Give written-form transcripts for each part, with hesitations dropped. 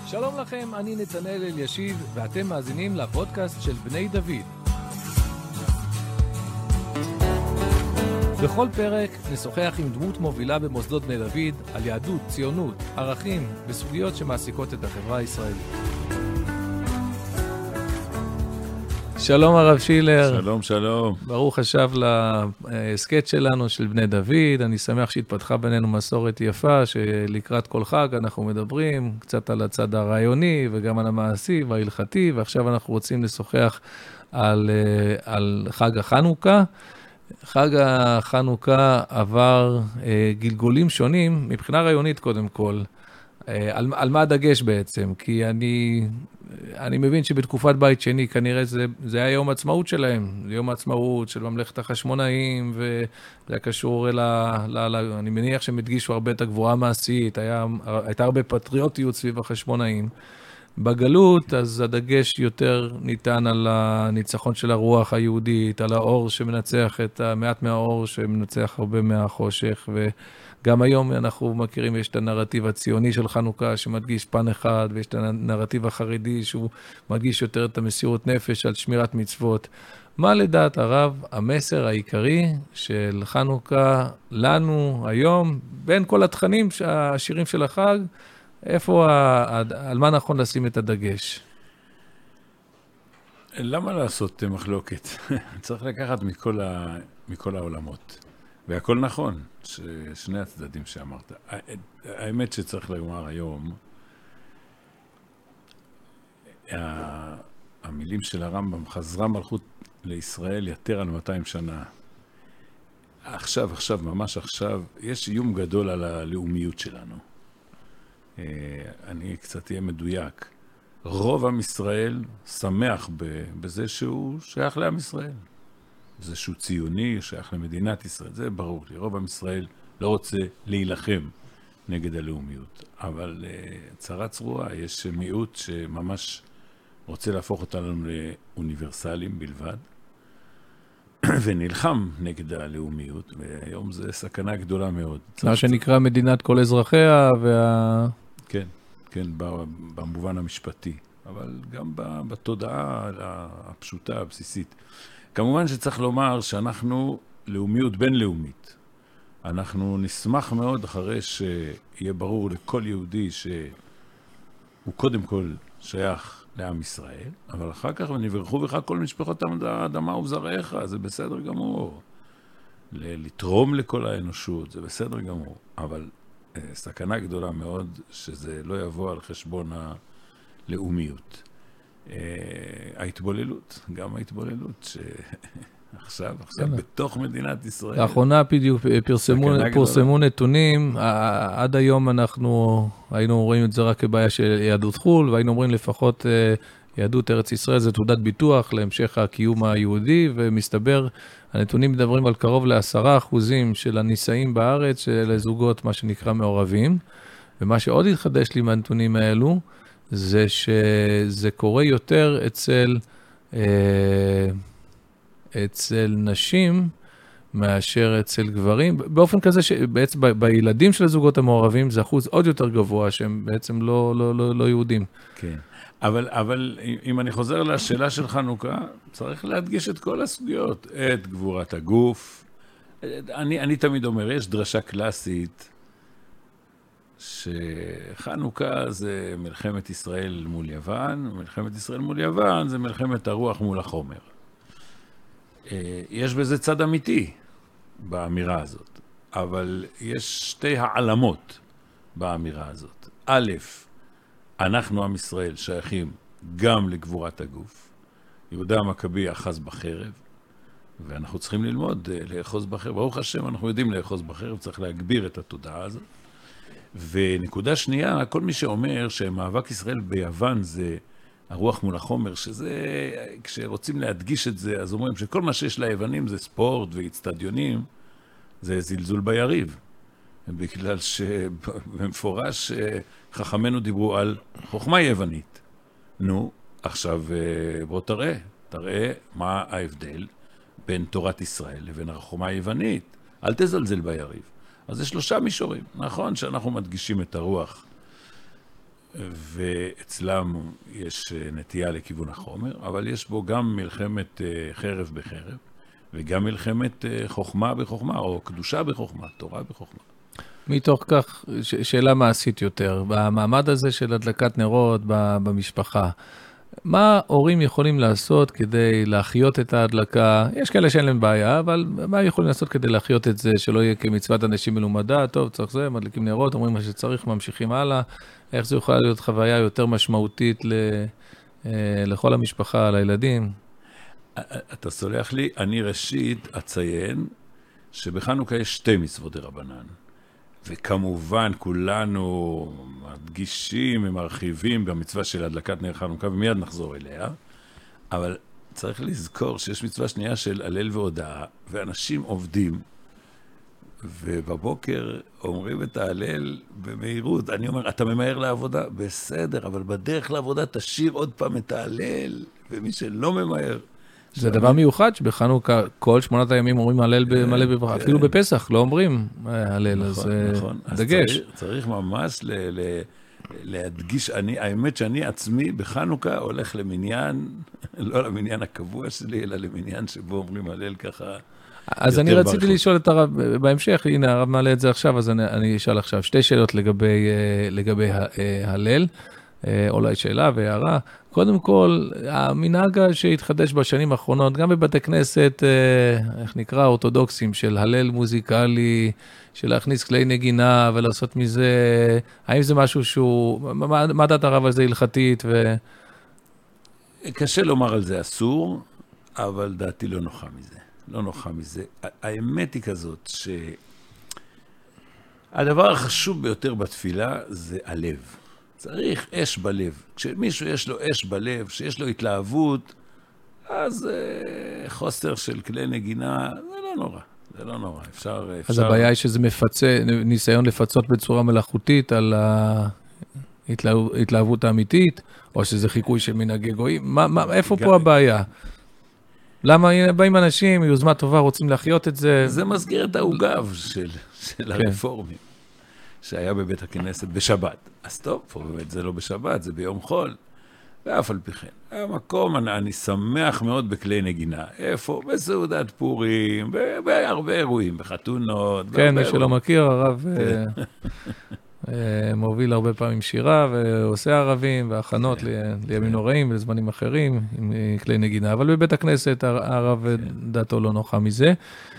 שלום לכם, אני נתנאל אלישיב, ואתם מאזינים לפודקאסט של בני דוד. בכל פרק נשוחח עם דמות מובילה במוסדות בני דוד על יהדות, ציונות, ערכים וסוגיות שמעסיקות את החברה הישראלית. שלום הרב שילר. שלום, שלום. ברוך השב לסקט שלנו של בני דוד. אני שמח שהתפתחה בינינו מסורת יפה, שלקראת כל חג אנחנו מדברים קצת על הצד הרעיוני וגם על המעשי וההלכתי, ועכשיו אנחנו רוצים לשוחח על חג החנוכה. חג החנוכה עבר גלגולים שונים, מבחינה רעיונית קודם כל. על מה הדגש בעצם? כי אני מבין שבתקופת בית שני כנראה זה היה יום העצמאות שלהם, זה יום העצמאות של ממלכת החשמונאים, וזה היה קשור אני מניח שהם הדגישו הרבה את הגבורה המעשית, הייתה הרבה פטריוטיות סביב החשמונאים. בגלות, אז הדגש יותר ניתן על הניצחון של הרוח היהודית, על האור שמנצח מעט מהאור שמנצח הרבה מהחושך, וגם היום אנחנו מכירים, יש את הנרטיב הציוני של חנוכה שמדגיש פן אחד, ויש את הנרטיב החרדי שהוא מדגיש יותר את המסירות נפש על שמירת מצוות. מה לדעת הרב המסר העיקרי של חנוכה לנו היום, בין כל התכנים, השירים של החג, על מה נכון לשים את הדגש? למה לעשות מחלוקת? צריך לקחת מכל העולמות. והכל נכון, שני הצדדים שאמרת. האמת שצריך לומר היום, המילים של הרמב"ם, חזרה מלכות לישראל יתר על 200 שנה. עכשיו, ממש עכשיו, יש איום גדול על הלאומיות שלנו. אני קצת אהיה מדויק. רוב עם ישראל שמח בזה שהוא שייך לעם ישראל. זה שהוא ציוני, שייך למדינת ישראל. זה ברור לי. רוב עם ישראל לא רוצה להילחם נגד הלאומיות. אבל צרה צרורה, יש מיעוט שממש רוצה להפוך אותנו לאוניברסליים בלבד, ונלחם נגד הלאומיות, והיום זה סכנה גדולה מאוד. מה שנקרא מדינת כל אזרחיה כן, במובן המשפטי, אבל גם בתודעה הפשוטה, הבסיסית. כמובן שצריך לומר שאנחנו לאומיות בינלאומית. אנחנו נשמח מאוד אחרי שיהיה ברור לכל יהודי שהוא קודם כל שייך לעם ישראל, אבל אחר כך ונברכו בך כל משפחות האדמה ובזרעיך, זה בסדר גמור. לתרום לכל האנושות, זה בסדר גמור, אבל סכנה גדולה מאוד שזה לא יבוא על חשבון הלאומיות. גם ההתבוללות שעכשיו בתוך מדינת ישראל. לאחרונה פרסמו נתונים, עד היום אנחנו היינו רואים את זה רק כבעיה של יהדות חול, והיינו אומרים לפחות יהדות ארץ ישראל זה תעודת ביטוח להמשך הקיום היהודי, ומסתבר, הנתונים מדברים על קרוב ל10% של הנישאים בארץ, של זוגות מה שנקרא מעורבים, ומה שעוד התחדש לי מהנתונים האלו, זה שזה קורה יותר אצל נשים, מאשר אצל גברים, באופן כזה שבעצם בילדים של הזוגות המעורבים, זה אחוז עוד יותר גבוה, שהם בעצם לא יהודים. כן. אבל אם אני חוזר לשאלה של חנוכה, צריך להדגיש את כל הסוגיות, את גבורת הגוף. אני תמיד אומר, יש דרשה קלאסית, שחנוכה זה מלחמת ישראל מול יוון, ומלחמת ישראל מול יוון זה מלחמת הרוח מול החומר. יש בזה צד אמיתי באמירה הזאת, אבל יש שתי העלמות באמירה הזאת. א', אנחנו עם ישראל שייכים גם לגבורת הגוף. יהודה המכבי אחז בחרב, ואנחנו צריכים ללמוד לאחוז בחרב. ברוך השם, אנחנו יודעים לאחוז בחרב, צריך להגביר את התודעה הזאת. ונקודה שנייה, כל מי שאומר שמאבק ישראל ביוון זה הרוח מול החומר, שזה, כשרוצים להדגיש את זה, אז אומרים שכל מה שיש ליוונים זה ספורט ואצטדיונים, זה זלזול ביריב. בגלל שבמפורש חכמינו דיברו על חוכמה יוונית. נו, עכשיו בוא תראה מה ההבדל בין תורת ישראל לבין החוכמה היוונית. אל תזלזל ביריב. אז זה 3 מישורים. נכון שאנחנו מדגישים את הרוח ואצלם יש נטייה לכיוון החומר, אבל יש בו גם מלחמת חרב בחרב, וגם מלחמת חוכמה בחוכמה, או קדושה בחוכמה, תורה בחוכמה. מתוך כך, שאלה מעשית יותר, במעמד הזה של הדלקת נרות במשפחה, מה הורים יכולים לעשות כדי להחיות את ההדלקה? יש כאלה שאין להם בעיה, אבל מה יכולים לעשות כדי להחיות את זה, שלא יהיה כמצוות אנשים מלומדה, טוב, צריך זה, מדליקים נרות, אומרים מה שצריך, ממשיכים הלאה, איך זה יכול להיות חוויה יותר משמעותית לכל המשפחה, לילדים? אתה סולח לי, אני ראשית אציין שבחנוכה יש 2 מצוות דרבנן. וכמובן כולנו מדגישים ומרחיבים במצווה של הדלקת נר חנוכה, ומיד נחזור אליה, אבל צריך לזכור שיש מצווה שנייה של הלל והודאה, ואנשים עובדים, ובבוקר אומרים את ההלל במהירות. אני אומר, אתה ממהר לעבודה? בסדר, אבל בדרך לעבודה תשאיר עוד פעם את ההלל, ומי שלא ממהר... זה דבר מיוחד שבחנוכה כל 8 הימים אומרים הלל במלא בברכה, אפילו בפסח לא אומרים הלל, אז דגש. צריך ממש להדגיש, האמת שאני עצמי בחנוכה הולך למניין, לא למניין הקבוע שלי, אלא למניין שבו אומרים הלל ככה. אז אני רציתי לשאול את הרב בהמשך, הנה הרב מעלה את זה עכשיו, אז אני אשאל עכשיו 2 שאלות לגבי הלל, אולי שאלה והערה. קודם כל, המנהג שהתחדש בשנים האחרונות, גם בבתי כנסת, איך נקרא, אורתודוקסים, של הלל מוזיקלי, של להכניס כלי נגינה ולעשות מזה, האם זה משהו שהוא, מה דעת הרב על זה הלכתית? קשה לומר על זה אסור, אבל דעתי לא נוחה מזה. לא נוחה מזה. האמת היא כזאת, שהדבר החשוב ביותר בתפילה זה הלב. צריך אש בלב. כשמישהו יש לו אש בלב, שיש לו התלהבות, אז חוסר של כלי נגינה, זה לא נורא. זה לא נורא. אפשר... אז הבעיה היא שזה מפצה, ניסיון לפצות בצורה מלאכותית על ההתלהבות האמיתית, או שזה חיקוי של מנהגי גויים. איפה פה הבעיה? למה באים אנשים, יוזמה טובה, רוצים להחיות את זה? זה מזכיר את העוגב של הרפורמים. שהיה בבית הכנסת בשבת. אז טוב, פה באמת זה לא בשבת, זה ביום חול. ואף על פי כן. המקום, אני שמח מאוד בכלי נגינה. איפה? בסעודת פורים, בהרבה אירועים, בחתונות. כן, מי שלא מכיר, הרב מוביל הרבה פעמים שירה, ועושה ערבים, והכנות לימים נוראים ולזמנים אחרים, עם כלי נגינה. אבל בבית הכנסת, הרב דעתו לא נוחה מזה.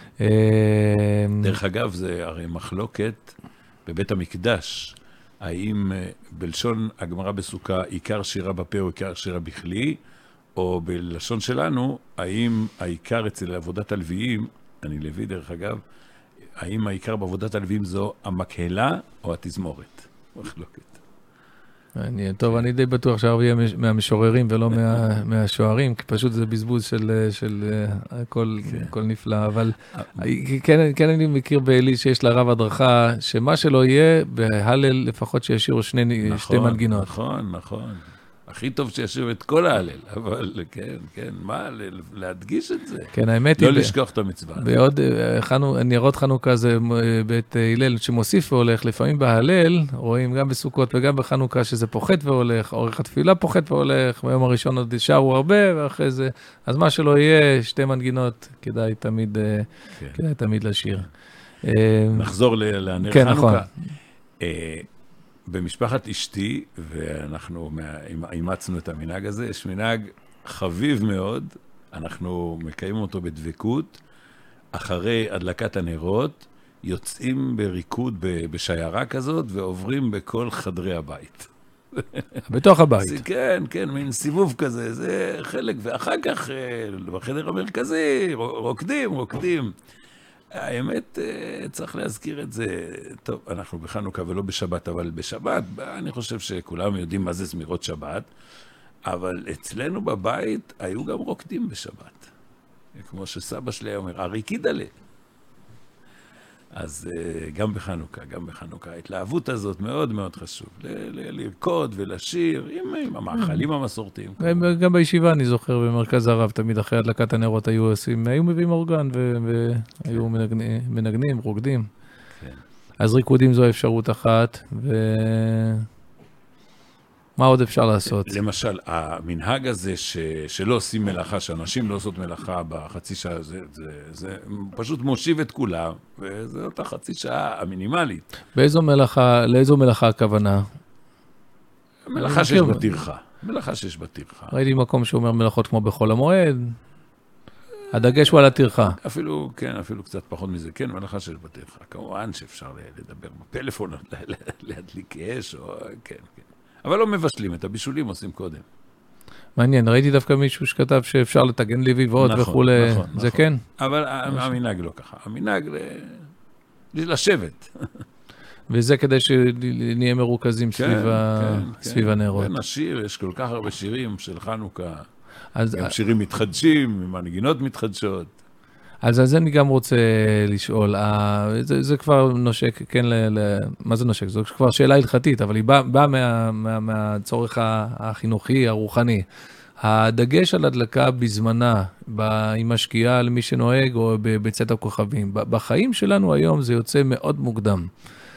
דרך אגב, זה הרי מחלוקת, בבית המקדש, האם בלשון הגמרא בסוכה עיקר שירה בפה או עיקר שירה בכלי, או בלשון שלנו, האם העיקר אצל עבודת הלוויים, אני לוי דרך אגב, האם העיקר בעבודת הלוויים זו המקהלה או התזמורת? מחלוקת. טוב, אני די בטוח שהרב יהיה מהמשוררים ולא מהשוערים, כי פשוט זה בזבוז של הכל נפלא, אבל כן אני מכיר באלי שיש לרב הדרכה, שמה שלא יהיה, בהלל לפחות שישירו שתי מנגינות. נכון, נכון. הכי טוב שישירו את כל ההלל, אבל כן, מה, להדגיש את זה. כן, האמת היא... לא לשכוח את המצווה. בעוד נרות חנוכה זה בית הלל שמוסיף והולך, לפעמים בהלל, רואים גם בסוכות וגם בחנוכה שזה פוחת והולך, אורך התפילה פוחת והולך, ביום הראשון עוד שרו הרבה, ואחרי זה, אז מה שלא יהיה, 2 מנגינות, כדאי תמיד לשיר. נחזור לנר כן, חנוכה. נכון. במשפחת אשתי, ואנחנו אימצנו את המנהג הזה, יש מנהג חביב מאוד, אנחנו מקיימים אותו בדבקות, אחרי הדלקת הנרות, יוצאים בריקוד בשיירה כזאת, ועוברים בכל חדרי הבית. בתוך הבית. כן, מין סיבוב כזה, זה חלק, ואחר כך בחדר המרכזי, רוקדים. האמת, צריך להזכיר את זה, טוב, אנחנו בחנוכה ולא בשבת, אבל בשבת, אני חושב שכולם יודעים מה זה זמירות שבת, אבל אצלנו בבית היו גם רוקדים בשבת. כמו שסבא שלי אומר, אריקידלה. אז גם בחנוכה, ההתלהבות הזאת מאוד מאוד חשוב, לרקוד ולשיר עם המאכלים המסורתיים. גם בישיבה אני זוכר במרכז הרב, תמיד אחרי הדלקת הנרות היו מביאים אורגן והיו מנגנים, רוקדים. אז ריקודים זו אפשרות אחת, מה עוד אפשר לעשות? למשל, המנהג הזה שלא עושים מלאכה, שאנשים לא עושות מלאכה בחצי שעה, זה פשוט מושיב את כולם, וזו אותה חצי שעה המינימלית. לאיזו מלאכה הכוונה? מלאכה שיש בטרחה. מלאכה שיש בטרחה. ראיתי מקום שאומר מלאכות כמו בחול המועד. הדגש הוא על הטרחה. אפילו, כן, אפילו קצת פחות מזה. כן, מלאכה שיש בטרחה. כמובן שאפשר לדבר בפלאפון, להדליק אש, או כן, כן. אבל לא מבשלים, את הבישולים עושים קודם. מעניין, ראיתי דווקא מישהו שכתב שאפשר לטגן לביבות וכולי. נכון, זה נכון. כן? אבל המנהג לא ככה. המנהג לשבת. וזה כדי שנהיה מרוכזים סביב הנרות. ונשיר, יש כל כך הרבה שירים של חנוכה. גם שירים מתחדשים, עם הנגינות מתחדשות. אז על זה אני גם רוצה לשאול, זה כבר נושק, כן, מה זה נושק? זו כבר שאלה הלכתית, אבל היא באה מהצורך החינוכי, הרוחני. הדגש על הדלקה בזמנה, עם השקיעה למי שנוהג או בצאת הכוכבים, בחיים שלנו היום זה יוצא מאוד מוקדם.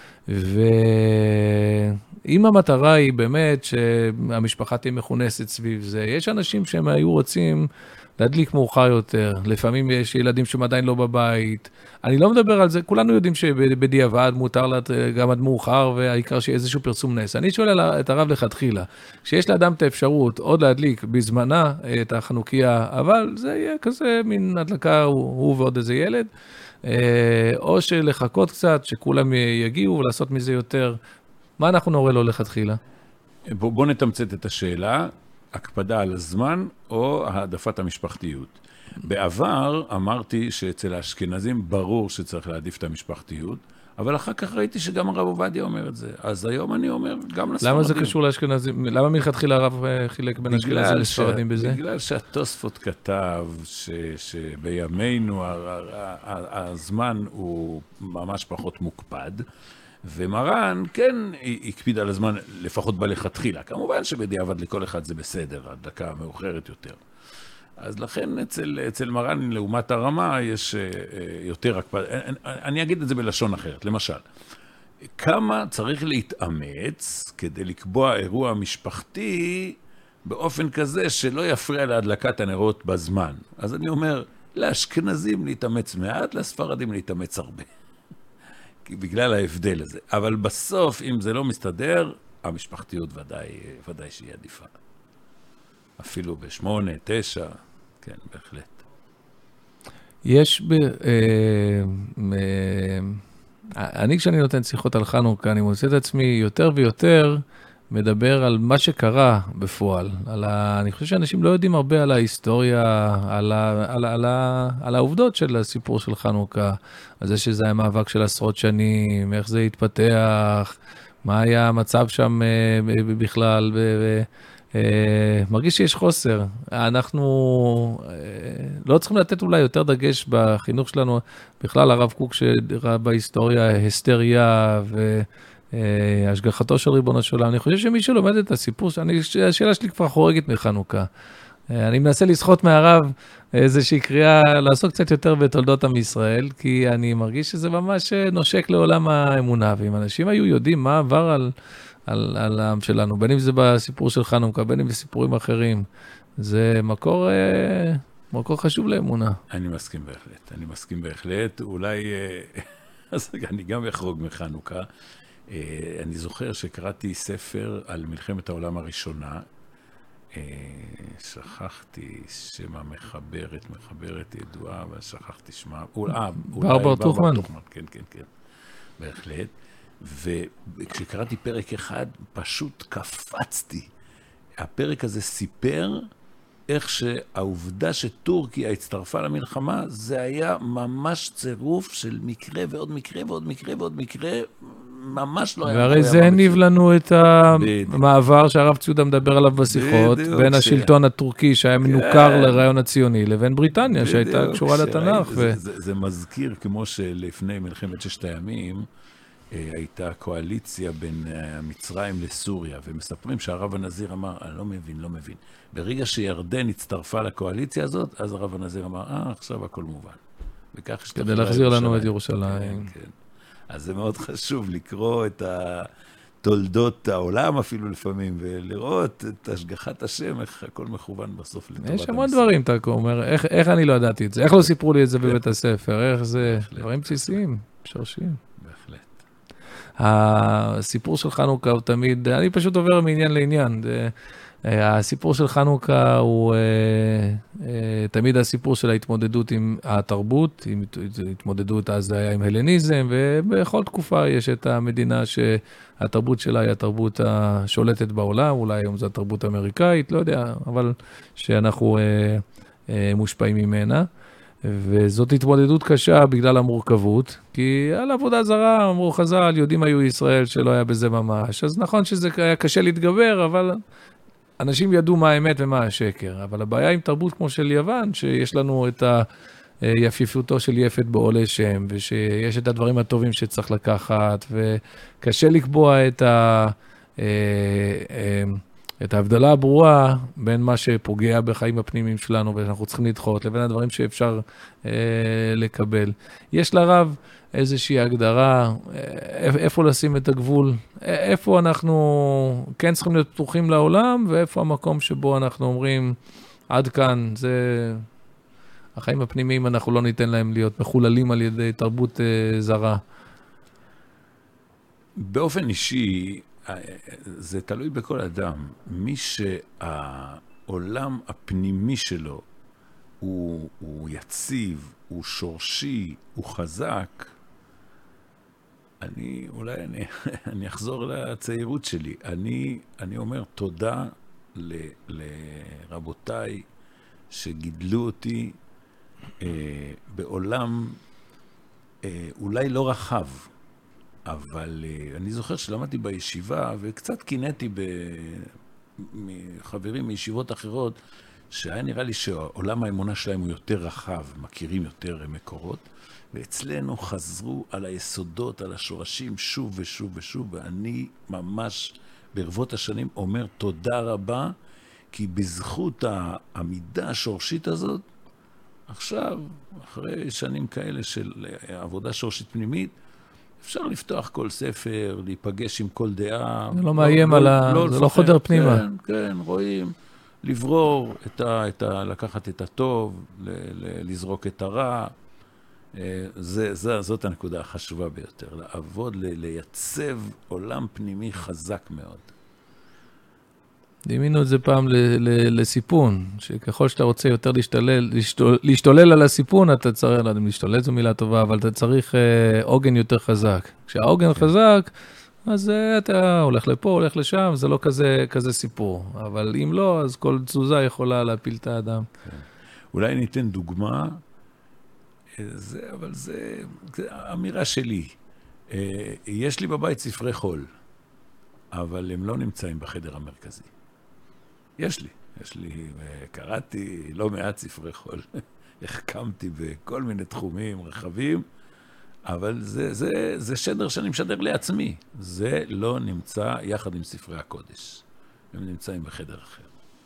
ואם המטרה היא באמת שהמשפחה תהיה מכונסת סביב זה, יש אנשים שהם היו רוצים להדליק מאוחר יותר, לפעמים יש ילדים שהם עדיין לא בבית, אני לא מדבר על זה, כולנו יודעים שבדיעבד מותר גם עד מאוחר, והעיקר שיהיה איזשהו פרסום נס. אני שואל את הרב לכתחילה, כשיש לאדם את האפשרות עוד להדליק בזמנה את החנוכיה, אבל זה יהיה כזה מין הדלקה, הוא ועוד איזה ילד, או שלחכות קצת, שכולם יגיעו ולעשות מזה יותר. מה אנחנו נורא לו לכתחילה? בוא נתמצת את השאלה, הקפדה על הזמן או העדפת המשפחתיות. בעבר אמרתי שאצל האשכנזים ברור שצריך להעדיף את המשפחתיות, אבל אחר כך ראיתי שגם הרב עובדיה אומר את זה. אז היום אני אומר גם לספרדים. למה זה קשור לאשכנזים? למה מלכתחילה הרב חילק בין אשכנזים לספרדים בזה? בגלל שהתוספות כתב שבימינו הזמן הוא ממש פחות מוקפד, ומרן כן הקפיד על הזמן לפחות בלכתחילה. כמובן שבדיעבד לכל אחד זה בסדר, הדקה מאוחרת יותר. אז לכן אצל מרן לעומת הרמה יש יותר הקפד. אני אגיד את זה בלשון אחרת. למשל, כמה צריך להתאמץ כדי לקבוע אירוע משפחתי באופן כזה שלא יפריע להדלקת הנרות בזמן. אז אני אומר, לאשכנזים להתאמץ מעט, לספרדים להתאמץ הרבה. בגלל ההבדל הזה. אבל בסוף, אם זה לא מסתדר, המשפחתיות ודאי שהיא עדיפה. אפילו ב8, 9, כן, בהחלט. יש אני כשאני נותן שיחות על חנוכה, אני מוצא את עצמי יותר ויותר מדבר על מה שקרה בפועל. אני חושב שאנשים לא יודעים הרבה על ההיסטוריה, על העובדות של הסיפור של חנוכה, על זה שזה היה מאבק של עשרות שנים, איך זה התפתח, מה היה המצב שם בכלל, מרגיש שיש חוסר. אנחנו לא צריכים לתת אולי יותר דגש בחינוך שלנו, בכלל הרב קוק שראה בהיסטוריה היסטריה השגחתו של ריבונו של עולם. אני חושב שמי שלומד את הסיפור, השאלה שלי כבר חורגת מחנוכה. אני מנסה לסחוט מהרב איזושהי קריאה לעסוק קצת יותר בתולדות עם ישראל, כי אני מרגיש שזה ממש נושק לעולם האמונה, ואם אנשים היו יודעים מה עבר על העם שלנו, בין אם זה בסיפור של חנוכה, בין אם בסיפורים אחרים, זה מקור חשוב לאמונה. אני מסכים בהחלט. אולי, אז אני גם אחרוג מחנוכה. אני זוכר שקראתי ספר על מלחמת העולם הראשונה, שכחתי שם מחברת ידועה, אבל שכחתי שמה, ברבר טוכמן. כן, בהחלט. וכשקראתי פרק אחד, פשוט קפצתי. הפרק הזה סיפר איך שהעובדה שטורקיה הצטרפה למלחמה, זה היה ממש צירוף של מקרה ועוד מקרה ועוד מקרה ועוד מקרה, ממש לא היה... והרי זה הניב לנו את המעבר שהרב ציודה מדבר עליו בשיחות, בין השלטון הטורקי שהיה מנוכר לרעיון הציוני, לבין בריטניה שהייתה קשורה לתנ"ך. זה מזכיר כמו שלפני מלחמת ששת הימים, הייתה קואליציה בין מצרים לסוריה, ומספרים שהרב הנזיר אמר, אני לא מבין. ברגע שירדן הצטרפה לקואליציה הזאת, אז הרב הנזיר אמר, עכשיו הכל מובן. כדי להחזיר לנו את ירושלים. כן. אז זה מאוד חשוב לקרוא את תולדות העולם אפילו לפעמים, ולראות את השגחת השם, איך הכל מכוון בסוף לטובת עם יש המון דברים, אתה אומר, איך אני לא ידעתי את זה? איך לא סיפרו לי את זה בבית הספר? איך זה? דברים בסיסיים, שורשיים. בהחלט. הסיפור של חנוכה הוא תמיד, אני פשוט עובר מעניין לעניין. הסיפור של חנוכה הוא תמיד הסיפור של ההתמודדות עם התרבות, התמודדות אז היה עם הלניזם, ובכל תקופה יש את המדינה שהתרבות שלה היא התרבות השולטת בעולם, אולי היום זו התרבות האמריקאית, לא יודע, אבל שאנחנו מושפעים ממנה. וזאת התמודדות קשה בגלל המורכבות, כי על עבודה זרה, אמרו חז"ל, יהודים היו ישראל שלא היה בזה ממש. אז נכון שזה היה קשה להתגבר, אבל אנשים ידעו מה האמת ומה השקר. אבל הבעיה עם תרבות כמו של יוון, שיש לנו את היפיפותו של יפת בעולה שם, ושיש את הדברים הטובים שצריך לקחת, וקשה לקבוע את ההבדלה הברורה בין מה שפוגע בחיים הפנימיים שלנו, ואנחנו צריכים לדחות, לבין הדברים שאפשר לקבל. יש לרב איזושהי הגדרה, איפה לשים את הגבול, איפה אנחנו כן צריכים להיות פתוחים לעולם, ואיפה המקום שבו אנחנו אומרים, עד כאן, זה החיים הפנימיים, אנחנו לא ניתן להם להיות מחוללים על ידי תרבות זרה. באופן אישי, זה תלוי בכל אדם. מי שהעולם הפנימי שלו הוא יציב, הוא שורשי, הוא חזק, אני אחזור לצעירות שלי. אני אומר תודה לרבותיי שגידלו אותי בעולם אולי לא רחב, אבל אני זוכר שלמדתי בישיבה, וקצת קינאתי מחברים מישיבות אחרות, שהיה נראה לי שעולם האמונה שלהם הוא יותר רחב, מכירים יותר מקורות, ואצלנו חזרו על היסודות, על השורשים, שוב ושוב ושוב, ואני ממש ברבות השנים אומר תודה רבה, כי בזכות העמידה השורשית הזאת, עכשיו, אחרי שנים כאלה של עבודה שורשית פנימית, אפשר לפתוח כל ספר, להיפגש עם כל דעה. זה לא מאיים זה לא חודר פנימה. כן, כן, רואים, לברור, לקחת את הטוב, לזרוק את הרע. זאת הנקודה החשובה ביותר, לעבוד, לייצב עולם פנימי חזק מאוד. דימינו את זה פעם לסיפון, שככל שאתה רוצה יותר להשתולל על הסיפון, אתה צריך, לא יודע אם להשתולל זו מילה טובה, אבל אתה צריך עוגן יותר חזק. כשהעוגן חזק, אז אתה הולך לפה, הולך לשם, זה לא כזה סיפור. אבל אם לא, אז כל תזוזה יכולה להפיל את האדם. אולי ניתן דוגמה, אבל זה אמירה שלי. יש לי בבית ספרי חול, אבל הם לא נמצאים בחדר המרכזי. יש לי, קראתי לא מעט ספרי חול, החכמתי בכל מיני תחומים רחבים, אבל זה שדר שאני משדר לעצמי. זה לא נמצא יחד עם ספרי הקודש. הם נמצאים בחדר אחר.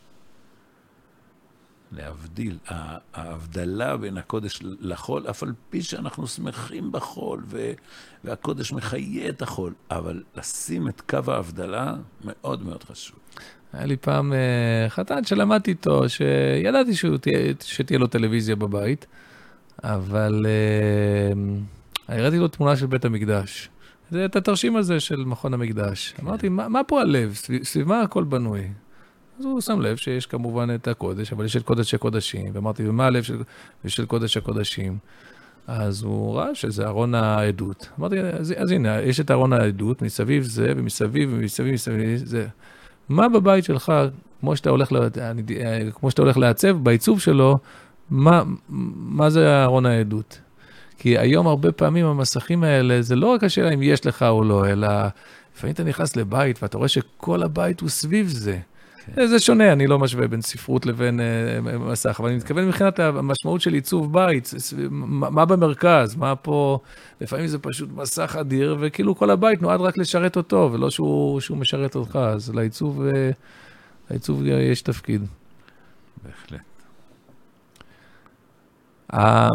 להבדיל, ההבדלה בין הקודש לחול, אף על פי שאנחנו שמחים בחול, והקודש מחיה את החול, אבל לשים את קו ההבדלה מאוד מאוד חשוב. היה לי פעם חתן שלמדתי איתו, שידעתי שתהיה לו טלוויזיה בבית, אבל הראיתי לו תמונה של בית המקדש. זה את התרשים הזה של מכון המקדש. אמרתי, מה פה הלב? סביב מה הכל בנוי? אז הוא שם לב שיש כמובן את הקודש, אבל יש את קודש הקודשים, ואמרתי, ומה הלב של קודש הקודשים? אז הוא ראה שזה ארון העדות. אמרתי, אז הנה, יש את ארון העדות, מסביב זה, ומסביב זה. מה בבית שלך, כמו שאתה הולך לעצב, בעיצוב שלו, מה זה ארון העדות? כי היום הרבה פעמים המסכים האלה, זה לא רק השאלה אם יש לך או לא, אלא לפעמים אתה נכנס לבית, ואתה רואה שכל הבית הוא סביב זה. זה שונה, אני לא משווה בין ספרות לבין מסך, אבל אני מתכוון מבחינת המשמעות של עיצוב בית, מה במרכז, מה פה, לפעמים זה פשוט מסך אדיר, וכאילו כל הבית נועד רק לשרת אותו, ולא שהוא משרת אותך, אז לעיצוב יש תפקיד. בהחלט.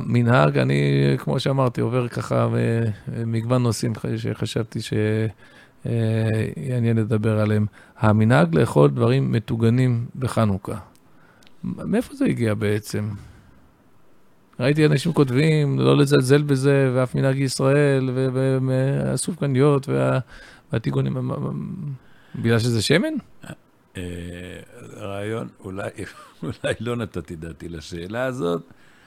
המנהג, אני, כמו שאמרתי, עובר ככה מגוון נושאים שחשבתי יעניין לדבר עליהם. המנהג לאכול דברים מטוגנים בחנוכה. מאיפה זה הגיע בעצם? ראיתי אנשים כותבים, לא לזלזל בזה, ואף מנהג ישראל, והסופגניות, והטיגונים, בגלל שזה שמן? רעיון, אולי לא נתתי דעתי לשאלה הזאת.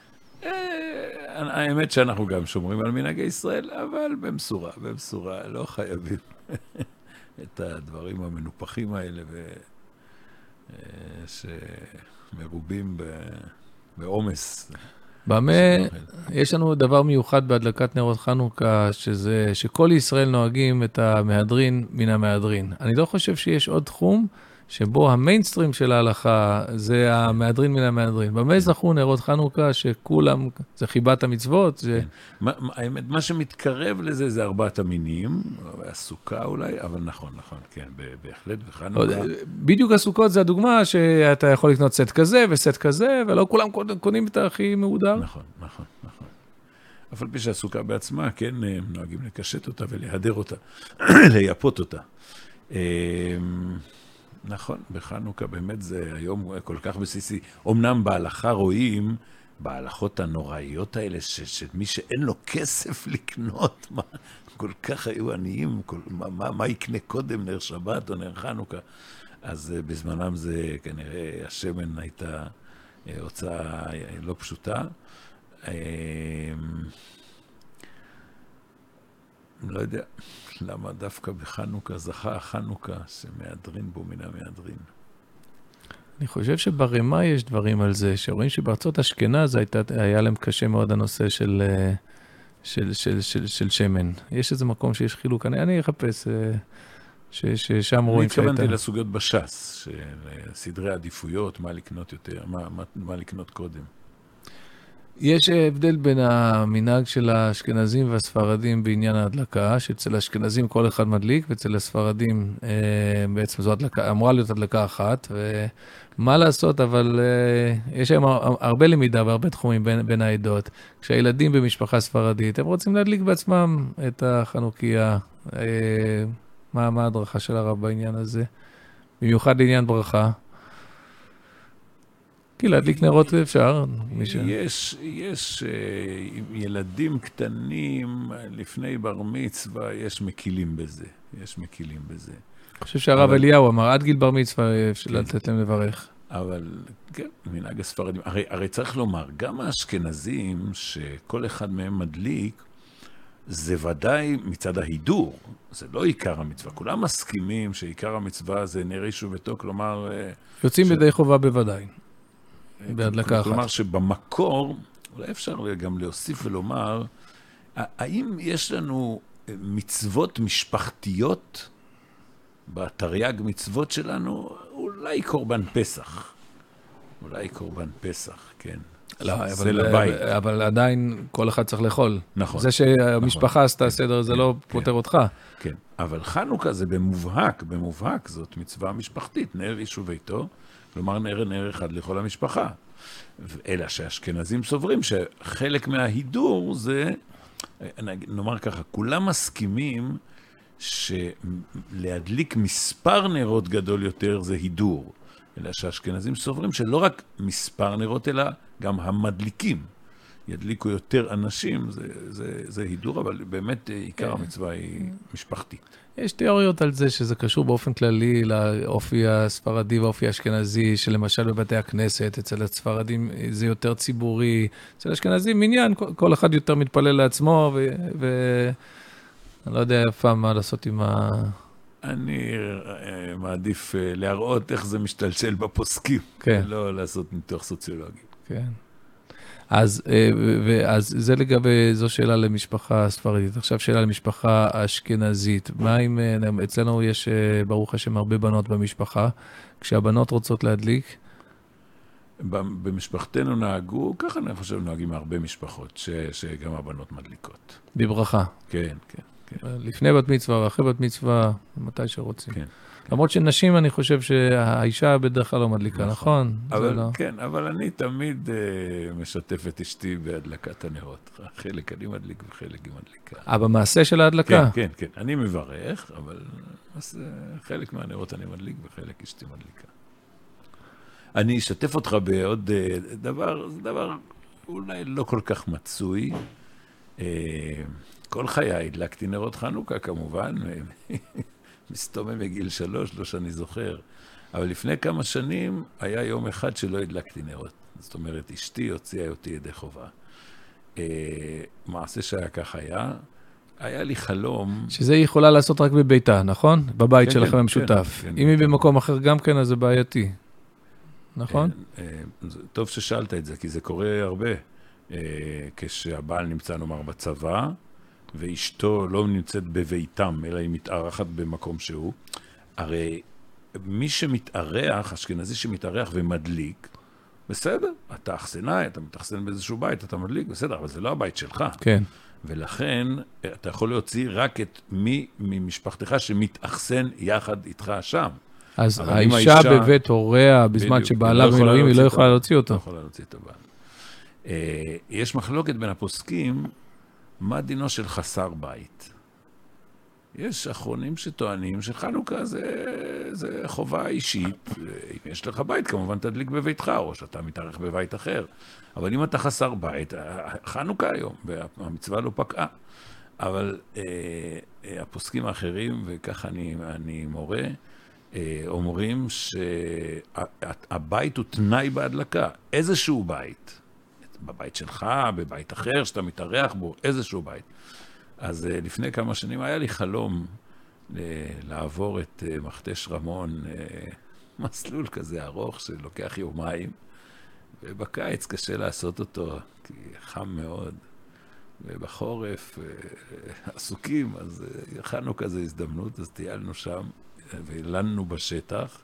האמת שאנחנו גם שומרים על מנהגי ישראל, אבל במשורה, לא חייבים את הדברים המנופחים האלה, שמרובים בעומס. במה יש לנו דבר מיוחד בהדלקת נרות חנוכה, שכל ישראל נוהגים את המהדרין מן המהדרין. אני לא חושב שיש עוד תחום שבו המיינסטרים של ההלכה זה המהדרין מן המהדרין. במה זכו נרות חנוכה שכולם, זה חיבת המצוות? האמת, מה שמתקרב לזה זה 4 המינים, הסוכה אולי, אבל נכון, כן, בהחלט בחנוכה. בדיוק הסוכות זה הדוגמה שאתה יכול לקנות סט כזה וסט כזה, ולא כולם קונים את הכי מהודר. נכון. אבל פי שהסוכה בעצמה, כן, נוהגים לקשט אותה ולהדר אותה, לייפות אותה. נכון, בחנוכה באמת זה היום כל כך בסיסי. אמנם בהלכה רואים, בהלכות הנוראיות האלה, שמי שאין לו כסף לקנות, כל כך היו עניים, מה יקנה קודם, נר שבת או נר חנוכה? אז בזמנם זה כנראה השמן הייתה הוצאה לא פשוטה. לא יודע למה דווקא בחנוכה זכה החנוכה שמהדרין בו מן המהדרין. אני חושב שברמה יש דברים על זה, שרואים שבארצות אשכנז היה להם קשה מאוד הנושא של שמן. יש איזה מקום שיש חילוק, אני אחפש ששם רואים שהייתה... אני התכוונתי לסוגיות בש"ס, של סדרי עדיפויות, מה לקנות יותר, מה לקנות קודם. יש הבדל בין המנהג של האשכנזים והספרדים בעניין ההדלקה, שאצל האשכנזים כל אחד מדליק, ואצל הספרדים בעצם זו הדלקה, אמורה להיות הדלקה אחת, ומה לעשות, אבל יש היום הרבה למידה והרבה תחומים בין העדות. כשהילדים במשפחה ספרדית, הם רוצים להדליק בעצמם את החנוכיה. מה הדרכה של הרב בעניין הזה? במיוחד לעניין ברכה. כי להדליק נרות אפשר. יש ילדים קטנים לפני בר מצווה, יש מקילים בזה. אני חושב שהרב אליהו אמר, עד גיל בר מצווה אפשר לתת להם לברך. אבל כן, מנהג הספרדים. הרי צריך לומר, גם האשכנזים שכל אחד מהם מדליק, זה ודאי מצד ההידור, זה לא עיקר המצווה. כולם מסכימים שעיקר המצווה זה נר איש וביתו, כלומר... יוצאים בידי חובה בוודאי. בהדלקה אחת. כלומר שבמקור, אולי אפשר גם להוסיף ולומר, האם יש לנו מצוות משפחתיות בתרי"ג מצוות שלנו? אולי קורבן פסח, כן. לא, אבל עדיין כל אחד צריך לאכול. נכון. זה שהמשפחה עשתה סדר, זה לא פותר אותך. כן, אבל חנוכה זה במובהק זאת מצווה משפחתית, נר איש וביתו, כלומר נר אחד לכל המשפחה. אלא שהאשכנזים סוברים שחלק מההידור זה, נאמר ככה, כולם מסכימים שלהדליק מספר נרות גדול יותר זה הידור. אלא שהאשכנזים סוברים שלא רק מספר נרות, אלא גם המדליקים. ידליקו יותר אנשים, זה הידור, אבל באמת עיקר המצווה היא משפחתית. יש תיאוריות על זה שזה קשור באופן כללי לאופי הספרדי ואופי האשכנזי, שלמשל בבתי הכנסת, אצל הספרדים זה יותר ציבורי, אצל האשכנזים מניין, כל אחד יותר מתפלל לעצמו, ואני לא יודע פעם מה לעשות עם אני מעדיף להראות איך זה משתלשל בפוסקים, ולא לעשות ניתוח סוציולוגי. כן. אז זה לגבי, זו שאלה למשפחה ספרדית. עכשיו שאלה למשפחה אשכנזית. מה אם, אצלנו יש ברוך השם הרבה בנות במשפחה, כשהבנות רוצות להדליק? במשפחתנו נהגו, ככה אני חושב נוהגים הרבה משפחות, שגם הבנות מדליקות. בברכה. כן. לפני בת מצווה ואחרי בת מצווה, מתי שרוצים. כן. למרות שנשים, אני חושב שהאישה בדרך כלל לא מדליקה, נכון? כן, אבל אני תמיד משתף את אשתי בהדלקת הנרות. חלק אני מדליק וחלק היא מדליקה. במעשה של ההדלקה? כן, כן, כן. אני מברך, אבל חלק מהנרות אני מדליק וחלק אשתי מדליקה. אני אשתף אותך בעוד דבר אולי לא כל כך מצוי. כל חיי הדלקתי נרות חנוכה, כמובן, מסתובב מגיל 3, לא שאני זוכר. אבל לפני כמה שנים היה יום אחד שלא הדלקתי נרות. זאת אומרת, אשתי הוציאה אותי ידי חובה. מעשה שהיה כך היה לי חלום... שזה היא יכולה לעשות רק בביתה, נכון? בבית שלכם המשותף. אם היא במקום אחר גם כן, אז זה בעייתי. נכון? טוב ששאלת את זה, כי זה קורה הרבה. כשהבעל נמצא, נאמר, בצבא, ואשתו לא נמצאת בביתם, אלא היא מתארחת במקום שהוא. הרי מי שמתארח, אשכנזי שמתארח ומדליק, בסדר, אתה אכסנאי, אתה מתאכסן באיזשהו בית, אתה מדליק, בסדר, אבל זה לא הבית שלך. כן. ולכן אתה יכול להוציא רק את מי ממשפחתך שמתאכסן יחד איתך שם. אז האישה בבית הוריה, בזמן שבעלה במילואים, היא לא יכולה להוציא אותו. לא יכולה להוציא את הבעל. יש מחלוקת בין הפוסקים, מה דינו של חסר בית? יש אחרונים שטוענים שחנוכה זה חובה אישית. אם יש לך בית, כמובן תדליק בביתך, או שאתה מתארח בבית אחר. אבל אם אתה חסר בית, חנוכה היום, והמצווה לא פקעה. אבל הפוסקים האחרים, וכך אני מורה, אומרים שהבית הוא תנאי בהדלקה. איזשהו בית. בבית שלך, בבית אחר, שאתה מתארח בו, איזשהו בית. אז לפני כמה שנים היה לי חלום לעבור את מכתש רמון, מסלול כזה ארוך שלוקח יומיים, ובקיץ קשה לעשות אותו, כי חם מאוד, ובחורף עסוקים, אז הכנו כזה הזדמנות, אז טיילנו שם, והלנו בשטח,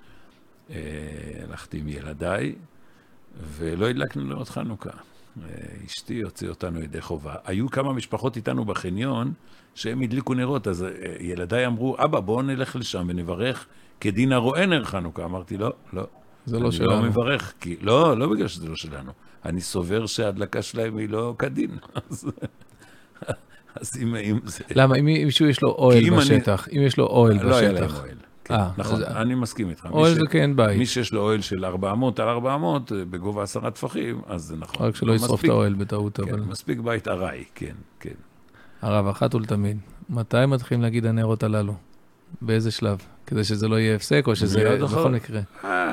הלכתי עם ילדיי, ולא הדלקנו לראות חנוכה. אשתי הוציא אותנו ידי חובה. היו כמה משפחות איתנו בחניון שהם הדליקו נרות, אז ילדיי אמרו, אבא, בואו נלך לשם ונברך כדין הרואה נר חנוכה. אמרתי, לא, לא. זה לא שלנו. אני לא מברך, כי לא בגלל שזה לא שלנו. אני סובר שההדלקה שלהם היא לא כדין. אז אם זה... למה? אם מישהו יש לו אוהל בשטח, אם יש לו אוהל בשטח. לא היה להם אוהל. נכון, אני מסכים איתך. אוהל זה כן בית. מי שיש לו אוהל של 400 על 400, בגובה 10 טפחים, אז זה נכון. רק שלא ישרוף את האוהל בטעות. כן, מספיק בית ארעי, כן, כן. הרב, אחת ולתמיד, מתי מתחילים להגיד הנרות הללו? באיזה שלב? כדי שזה לא יהיה הפסק, או שזה בכל מקרה?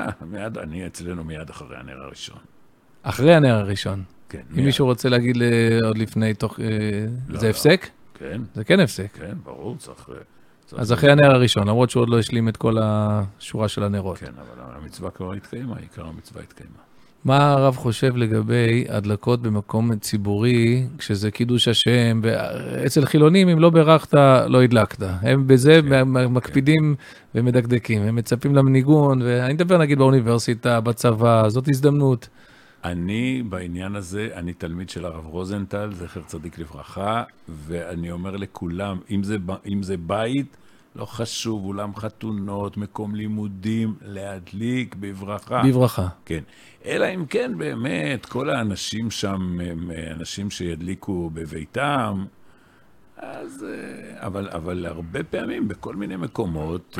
אצלנו מיד אחרי הנר הראשון. אחרי הנר הראשון? כן. אם מישהו רוצה להגיד עוד לפני, זה הפסק? כן. זה כן הפסק? כן, ברור, צריך... אז אחרי הנר הראשון, למרות שהוא עוד לא השלים את כל השורה של הנרות. כן, אבל המצווה כבר התקיימה, עיקר המצווה התקיימה. מה הרב חושב לגבי הדלקות במקום ציבורי, כשזה קידוש השם, אצל חילונים, אם לא ברכת, לא הדלקת. הם בזה מקפידים ומדקדקים, הם מצפים למניגון, ואני מדבר נגיד באוניברסיטה, בצבא, זאת הזדמנות. אני בעניין הזה, אני תלמיד של הרב רוזנטל, זכר צדיק לברכה, ואני אומר לכולם, אם זה בית, לא חשוב, אולם חתונות, מקום לימודים, להדליק בברכה. בברכה. כן. אלא אם כן, באמת, כל האנשים שם, הם אנשים שידליקו בביתם, אז, אבל הרבה פעמים, בכל מיני מקומות,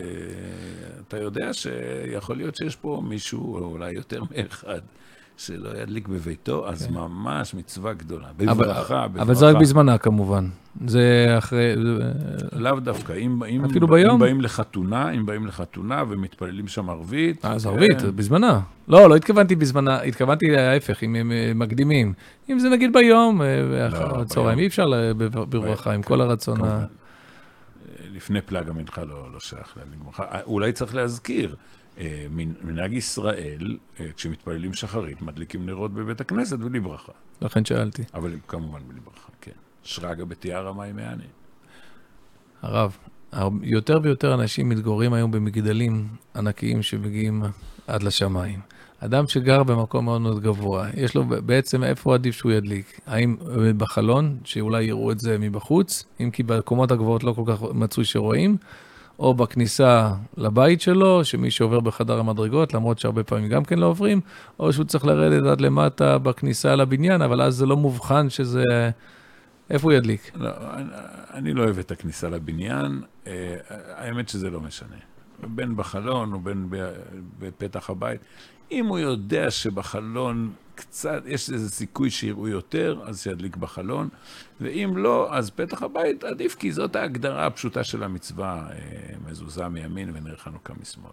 אתה יודע שיכול להיות שיש פה מישהו, אולי יותר מאחד, שלא ידליק בביתו, אז ממש מצווה גדולה. בברכה, אבל זה רק בזמנה כמובן. זה אחרי... לאו דווקא. אפילו ביום? אם באים לחתונה ומתפללים שם ערבית. אז ערבית, בזמנה. לא התכוונתי בזמנה, התכוונתי להפך, אם הם מקדימים. אם זה נגיד ביום, אחר הצהריים, אי אפשר בברכה, עם כל הרצון. לפני פלג המנחה לא שייך להדליק ברכה. אולי צריך להזכיר. מנהג ישראל, כשמתפללים שחרית, מדליקים נרות בבית הכנסת בלי ברכה. לכן שאלתי. אבל כמובן בלי ברכה, כן. שרגא בתיארה מים מעני. הרב, יותר ויותר אנשים מתגוררים היום במגדלים ענקיים שמגיעים עד לשמיים. אדם שגר במקום מאוד מאוד גבוה, יש לו בעצם איפה עדיף שהוא ידליק? האם בחלון, שאולי יראו את זה מבחוץ, אם כי בקומות הגבוהות לא כל כך מצוי שרואים, או בכניסה לבית שלו, שמי שעובר בחדר המדרגות, למרות שהרבה פעמים גם כן לא עוברים, או שהוא צריך לרדת עד למטה בכניסה לבניין, אבל אז זה לא מובחן שזה... איפה הוא ידליק? לא, אני לא אוהב את הכניסה לבניין, האמת שזה לא משנה. בין בחלון או בין בפתח הבית. אם הוא יודע שבחלון קצת, יש איזה סיכוי שיראו יותר, אז שידליק בחלון, ואם לא, אז פתח הבית עדיף, כי זאת ההגדרה הפשוטה של המצווה, מזוזה מימין ונר חנוכה משמאל.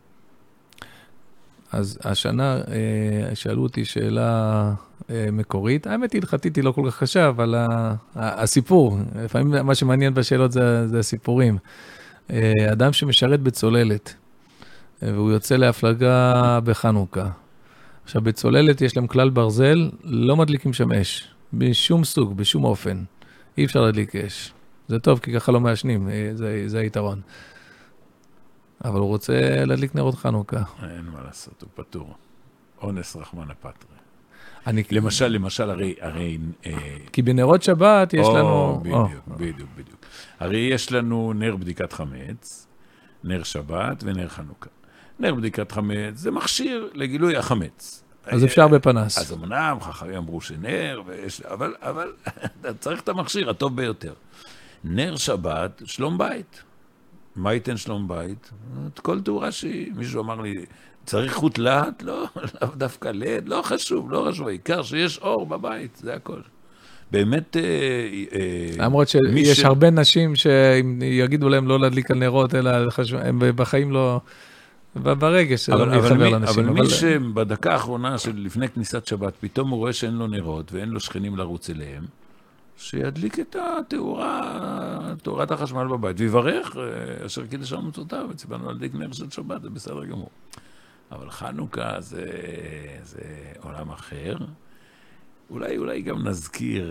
אז השנה שאלו אותי שאלה מקורית, האמת הלכתית היא לא כל כך קשה, אבל הסיפור, לפעמים מה שמעניין בשאלות זה הסיפורים. אדם שמשרת בצוללת, והוא יוצא להפלגה בחנוכה. עכשיו, בצוללת יש להם כלל ברזל, לא מדליקים שם אש, בשום סוג, בשום אופן. אי אפשר להדליק אש. זה טוב, כי ככה לא מעשנים, זה היתרון. אבל הוא רוצה להדליק נרות חנוכה. אין מה לעשות, הוא פטור. אונס רחמנא פטרי. למשל, הרי... כי בנרות שבת יש לנו... בדיוק. הרי יש לנו נר בדיקת חמץ, נר שבת ונר חנוכה. נר בדיקת חמץ זה מכשיר לגילוי החמץ. אז אפשר בפנס. אז אמנם, חכמים אמרו שנר, אבל צריך את המכשיר הטוב ביותר. נר שבת, שלום בית. מה ייתן שלום בית? את כל תאורה שהיא. מישהו אמר לי, צריך חוט להט? לא, דווקא לד, לא חשוב, העיקר שיש אור בבית, זה הכל. באמת... למרות שיש הרבה נשים שיגידו להם לא להדליק על נרות, אלא הם בחיים לא... ברגש, לא מתחבר לאנשים. אבל מי שבדקה האחרונה של לפני כניסת שבת, פתאום הוא רואה שאין לו נרות ואין לו שכנים לרוץ אליהם, שידליק את תאורת החשמל בבית, ויברך, אשר קידש מצוותיו, וציוונו להדליק נר של שבת, זה בסדר גמור. אבל חנוכה זה עולם אחר. אולי גם נזכיר,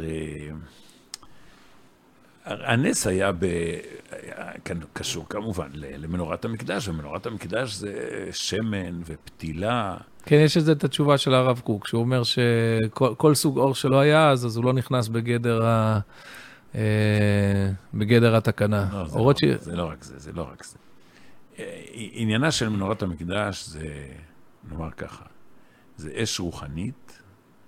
הנס היה קשור כמובן למנורת המקדש, ומנורת המקדש זה שמן ופתילה. כן, יש את התשובה של הרב קוק, שהוא אומר שכל סוג אור שלא היה אז הוא לא נכנס בגדר התקנה. זה לא רק זה. עניינה של מנורת המקדש זה, נאמר ככה, זה אש רוחנית,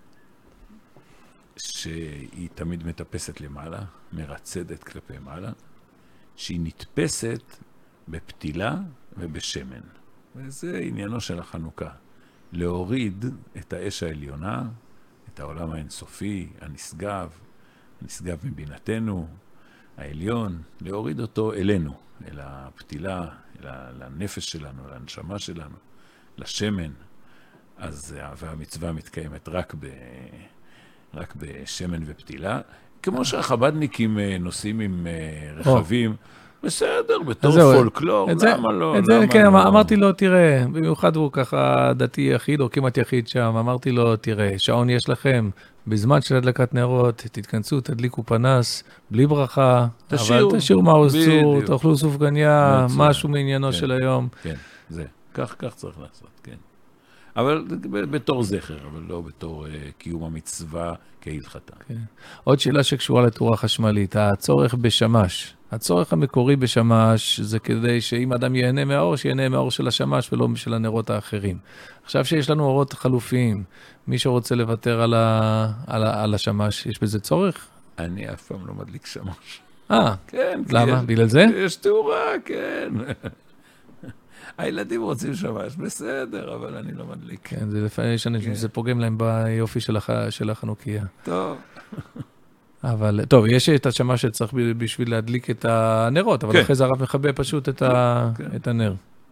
שהיא תמיד מטפסת למעלה, מרצדת כלפי מעלה, שהיא נתפסת בפתילה ובשמן. וזה עניינו של החנוכה. להוריד את האש העליונה, את העולם האינסופי, הנשגב מבינתנו, העליון, להוריד אותו אלינו, אל הפתילה, לנפש שלנו, לנשמה שלנו, לשמן. אז והמצווה מתקיימת רק בשמן ופתילה. כמו שהחבדניקים נוסעים עם רכבים, בסדר, בתור פולקלור, למה לא? כן, אמרתי לו, תראה, במיוחד הוא ככה דתי יחיד, או כמעט יחיד שם, אמרתי לו, תראה, שעון יש לכם, בזמן של הדלקת נרות, תתכנסו, תדליקו פנס, בלי ברכה, אבל תשאירו מעוז צור, תאכלו סופגניה, משהו מעניינו של היום. כן, זה, כך צריך לעשות, כן. אבל בתור זכר, אבל לא בתור קיום המצווה כהלכתה. כן. עוד שאלה שקשורה לתאורה חשמלית, הצורך בשמש. הצורך המקורי בשמש זה כדי שאם אדם ייהנה מהאור, שיהנה מהאור של השמש ולא של הנרות האחרים. עכשיו שיש לנו אורות חלופיים, מי שרוצה לוותר על השמש, יש בזה צורך? אני אף פעם לא מדליק שמש. כן. למה? בגלל זה? יש תאורה, כן. הילדים רוצים שמש, בסדר, אבל אני לא מדליק. כן, זה לפעמים יש אנשים שזה פוגם להם ביופי של החנוכיה. טוב. אבל, טוב, יש את השמש שצריך בשביל להדליק את הנרות, אבל אחרי זה הרב מכבה פשוט את הנר.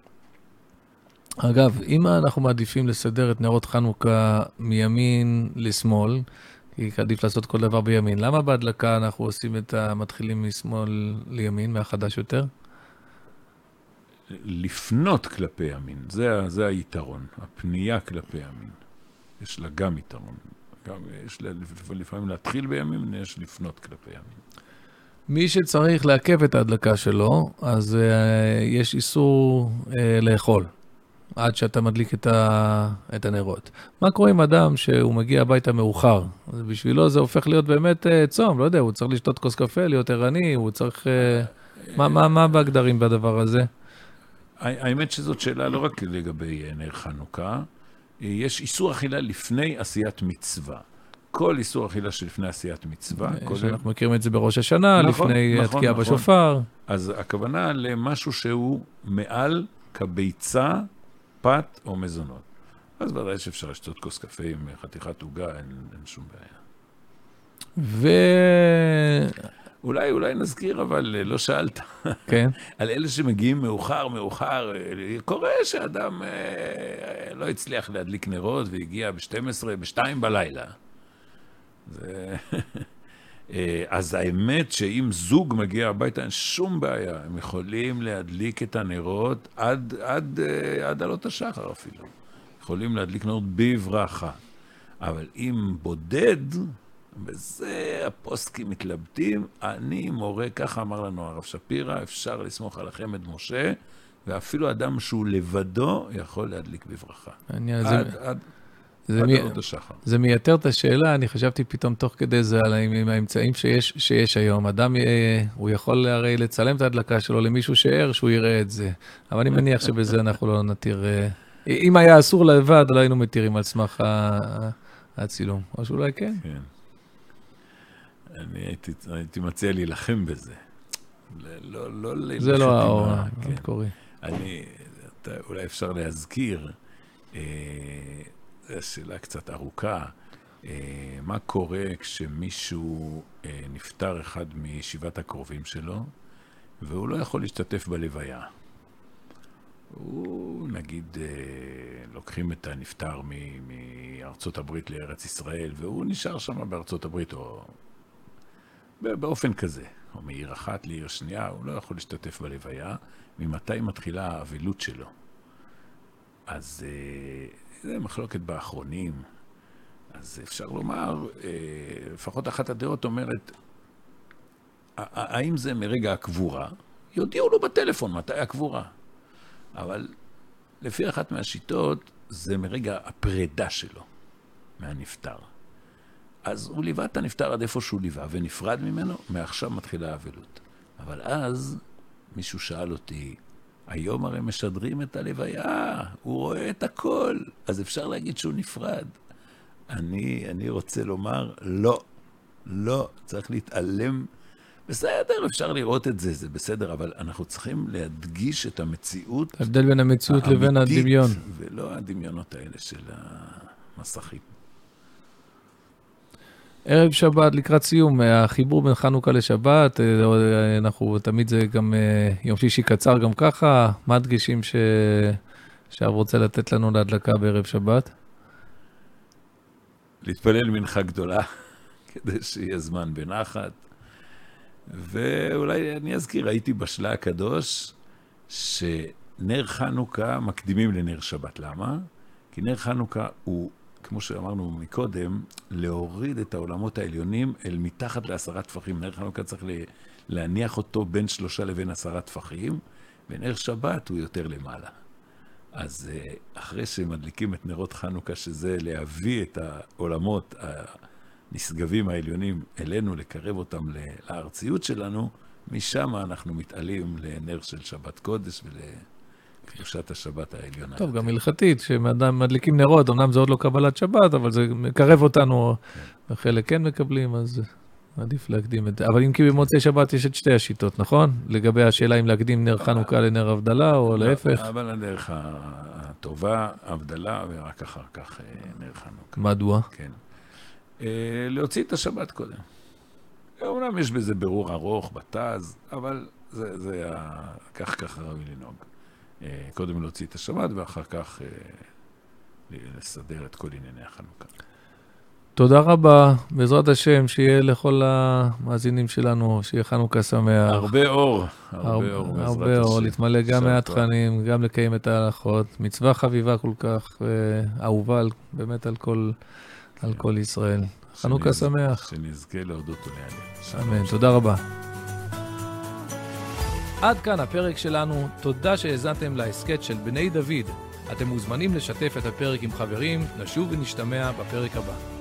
אגב, אם אנחנו מעדיפים לסדר את נרות חנוכה מימין לשמאל, כי עדיף לעשות כל דבר בימין, למה בהדלקה אנחנו עושים מתחילים משמאל לימין, מהחדש יותר? לפנות כלפי ימין, זה היתרון, הפנייה כלפי ימין. יש לה גם יתרון. יש לפעמים להתחיל בימים, יש לפנות כלפי ימים. מי שצריך לעכב את ההדלקה שלו, אז יש איסור לאכול, עד שאתה מדליק את הנרות. מה קורה עם אדם שהוא מגיע הביתה מאוחר? בשבילו זה הופך להיות באמת צום, לא יודע, הוא צריך לשתות כוס קפה, להיות ערני, הוא צריך... מה בהגדרים בדבר הזה? האמת שזאת שאלה לא רק לגבי נר חנוכה, יש איסור אכילה לפני עשיית מצווה. כל איסור אכילה שלפני עשיית מצווה. אנחנו מכירים את זה בראש השנה, לפני התקיעה בשופר. אז הכוונה למשהו שהוא מעל כביצה, פת או מזונות. אז ודאי שאפשר לשתות כוס קפה עם חתיכת עוגה, אין שום בעיה. אולי נזכיר, אבל לא שאלת. כן. על אלה שמגיעים מאוחר, קורה שאדם לא הצליח להדליק נרות והגיע ב-12, ב-2 בלילה. אז האמת שאם זוג מגיע הביתה, אין שום בעיה. הם יכולים להדליק את הנרות עד עלות השחר אפילו. יכולים להדליק נרות בברכה. אבל אם בודד, בזה הפוסקים מתלבטים, אני מורה, ככה אמר לנו הרב שפירא, אפשר לסמוך על החמד משה, ואפילו אדם שהוא לבדו יכול להדליק בברכה. זה מייתר את השאלה, אני חשבתי פתאום תוך כדי זה על האמצעים שיש היום. אדם, הוא יכול הרי לצלם את ההדלקה שלו למישהו שער, שהוא יראה את זה. אבל אני מניח שבזה אנחנו לא נתיר. אם היה אסור לבד, לא היינו מתירים על סמך הצילום. או שאולי כן. כן. אני הייתי מציע להילחם בזה. זה לא האור, קורי. אולי אפשר להזכיר, זו שאלה קצת ארוכה, מה קורה כשמישהו נפטר אחד משבעת הקרובים שלו, והוא לא יכול להשתתף בלוויה. הוא, נגיד, לוקחים את הנפטר מארצות הברית לארץ ישראל, והוא נשאר שם בארצות הברית, או באופן כזה, או מעיר אחת לעיר שנייה, הוא לא יכול להשתתף בלוויה, ממתי מתחילה האבלות שלו. אז זה מחלוקת באחרונים. אז אפשר לומר, לפחות אחת הדעות אומרת, האם זה מרגע הקבורה? יודיעו לו בטלפון מתי הקבורה. אבל לפי אחת מהשיטות, זה מרגע הפרידה שלו מהנפטר. אז הוא ליווה את הנפטר עד איפה שהוא ליווה, ונפרד ממנו, מעכשיו מתחילה האבלות. אבל אז מישהו שאל אותי, היום הרי משדרים את הלוויה, הוא רואה את הכל, אז אפשר להגיד שהוא נפרד. אני רוצה לומר, לא, צריך להתעלם. בסדר, אפשר לראות את זה, זה בסדר, אבל אנחנו צריכים להדגיש את המציאות. ההבדל בין המציאות לבין הדמיון. ולא הדמיונות האלה של המסכים. ערב שבת, לקראת סיום, החיבור בין חנוכה לשבת, אנחנו תמיד זה גם יום שישי קצר גם ככה, מה הדגשים שהרב רוצה לתת לנו להדלקה בערב שבת? להתפלל מנחה גדולה, כדי שיהיה זמן בנחת, ואולי אני אזכיר, הייתי בשלה הקדוש, שנר חנוכה מקדימים לנר שבת. למה? כי נר חנוכה הוא, כמו שאמרנו מקודם, להוריד את העולמות העליונים אל מתחת ל10 טפחים. נר חנוכה צריך להניח אותו בין 3 לבין 10 טפחים, ונר שבת הוא יותר למעלה. אז אחרי שמדליקים את נרות חנוכה, שזה להביא את העולמות הנשגבים העליונים אלינו, לקרב אותם לארציות שלנו, משם אנחנו מתעלים לנר של שבת קודש ולקדושת השבת העליונה. טוב, גם הלכתית, שמדליקים נרות, אמנם זה עוד לא קבלת שבת, אבל זה מקרב אותנו, וחלק כן מקבלים, אז עדיף להקדים את זה. אבל אם כי במוצאי שבת יש את שתי השיטות, נכון? לגבי השאלה אם להקדים נר חנוכה לנר הבדלה, או להפך. אבל הדרך הטובה, הבדלה, ורק אחר כך נר חנוכה. מדוע? כן. להוציא את השבת קודם. אומנם יש בזה ברור ארוך בתז, אבל זה כך ראוי לנהוג. קודם להוציא את השבת, ואחר כך לסדר את כל ענייני החנוכה. תודה רבה, בעזרת השם, שיהיה לכל המאזינים שלנו, שיהיה חנוכה שמח. הרבה אור, הרבה אור, להתמלא גם מהתכנים, גם לקיים את ההלכות. מצווה חביבה כל כך, אהובה באמת על כל ישראל. חנוכה שמח. שנזכה להודות ולהלל. אמן, תודה רבה. עד כאן הפרק שלנו, תודה שהאזנתם להסכת של בני דוד. אתם מוזמנים לשתף את הפרק עם חברים, נשוב ונשתמע בפרק הבא.